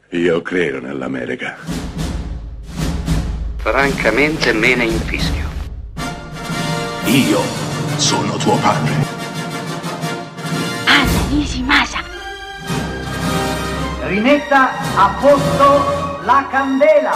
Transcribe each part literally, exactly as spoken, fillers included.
Io credo nell'America. Francamente me ne infischio. Io sono tuo padre. Anna Nishimasa. Rimetta a posto la candela.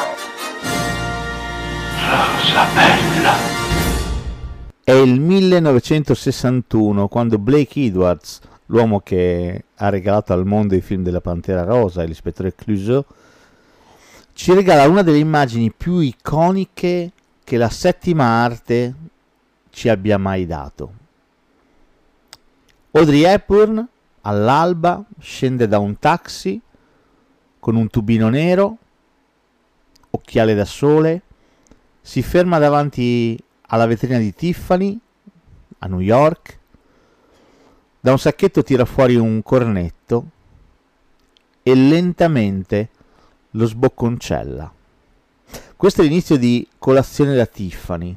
Rosa bella. È il millenovecentosessantuno quando Blake Edwards, l'uomo che ha regalato al mondo i film della Pantera Rosa e l'ispettore Clouseau, ci regala una delle immagini più iconiche che la settima arte ci abbia mai dato. Audrey Hepburn all'alba scende da un taxi con un tubino nero, occhiale da sole, si ferma davanti alla vetrina di Tiffany a New York, da un sacchetto tira fuori un cornetto e lentamente lo sbocconcella. Questo è l'inizio di Colazione da Tiffany,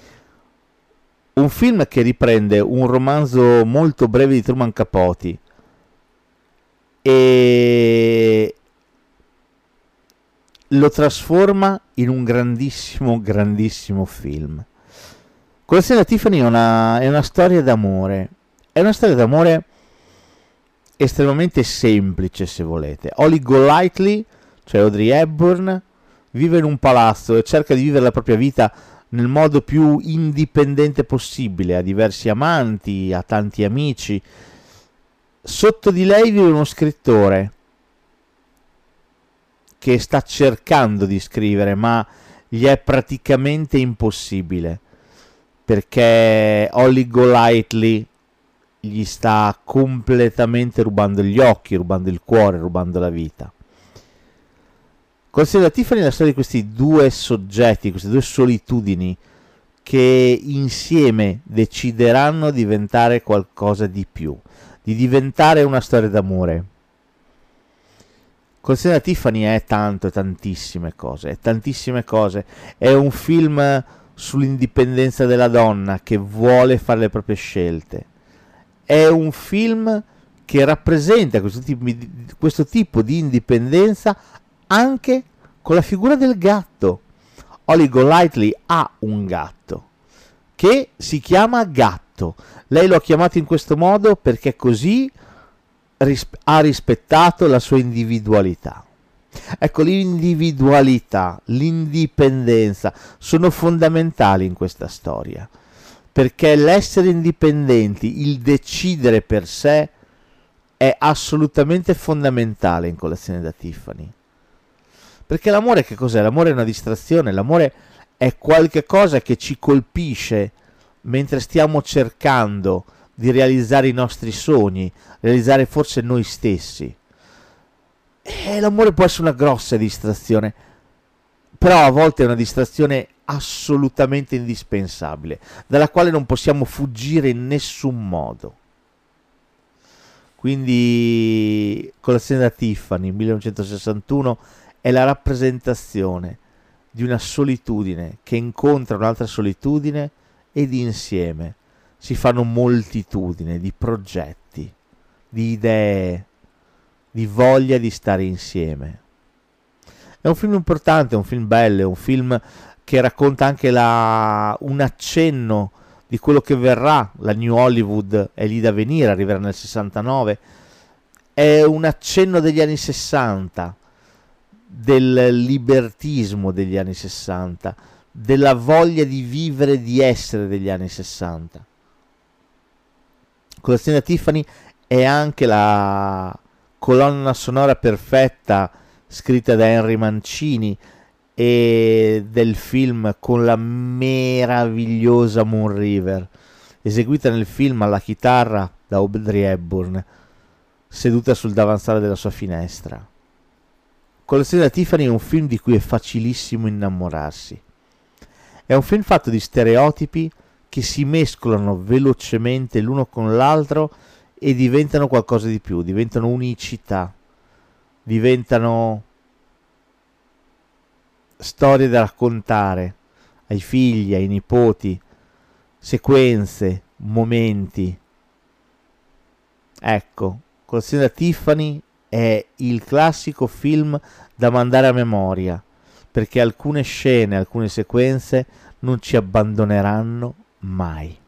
un film che riprende un romanzo molto breve di Truman Capote e lo trasforma in un grandissimo, grandissimo film. Colazione da Tiffany è una, è una storia d'amore, è una storia d'amore estremamente semplice, se volete. Holly Golightly, cioè Audrey Hepburn, vive in un palazzo e cerca di vivere la propria vita nel modo più indipendente possibile, ha diversi amanti, ha tanti amici. Sotto di lei vive uno scrittore che sta cercando di scrivere, ma gli è praticamente impossibile, perché Holly Golightly gli sta completamente rubando gli occhi, rubando il cuore, rubando la vita. Colazione da Tiffany è la storia di questi due soggetti, queste due solitudini che insieme decideranno di diventare qualcosa di più, di diventare una storia d'amore. Colazione da Tiffany è tanto, è tantissime cose, è tantissime cose. È un film sull'indipendenza della donna che vuole fare le proprie scelte. È un film che rappresenta questo tipo di, questo tipo di indipendenza anche con la figura del gatto. Holly Golightly ha un gatto che si chiama Gatto. Lei lo ha chiamato in questo modo perché così ris- ha rispettato la sua individualità. Ecco, l'individualità, l'indipendenza sono fondamentali in questa storia, perché l'essere indipendenti, il decidere per sé, è assolutamente fondamentale in Colazione da Tiffany. Perché l'amore che cos'è? L'amore è una distrazione, l'amore è qualche cosa che ci colpisce mentre stiamo cercando di realizzare i nostri sogni, realizzare forse noi stessi. E l'amore può essere una grossa distrazione, però a volte è una distrazione assolutamente indispensabile, dalla quale non possiamo fuggire in nessun modo. Quindi Colazione da Tiffany millenovecentosessantuno è la rappresentazione di una solitudine che incontra un'altra solitudine ed insieme si fanno moltitudine di progetti, di idee, di voglia di stare insieme. È un film importante, è un film bello, è un film che racconta anche la, un accenno di quello che verrà. La New Hollywood è lì da venire, arriverà nel sessantanove. È un accenno degli anni sessanta, del libertismo degli anni sessanta, della voglia di vivere e di essere degli anni sessanta. Colazione da Tiffany è anche la colonna sonora perfetta scritta da Henry Mancini e del film con la meravigliosa Moon River, eseguita nel film alla chitarra da Audrey Hepburn, seduta sul davanzale della sua finestra. Colazione da Tiffany è un film di cui è facilissimo innamorarsi. È un film fatto di stereotipi che si mescolano velocemente l'uno con l'altro e diventano qualcosa di più, diventano unicità, diventano storie da raccontare ai figli, ai nipoti, sequenze, momenti. Ecco, Colazione da Tiffany è il classico film da mandare a memoria, perché alcune scene, alcune sequenze non ci abbandoneranno mai.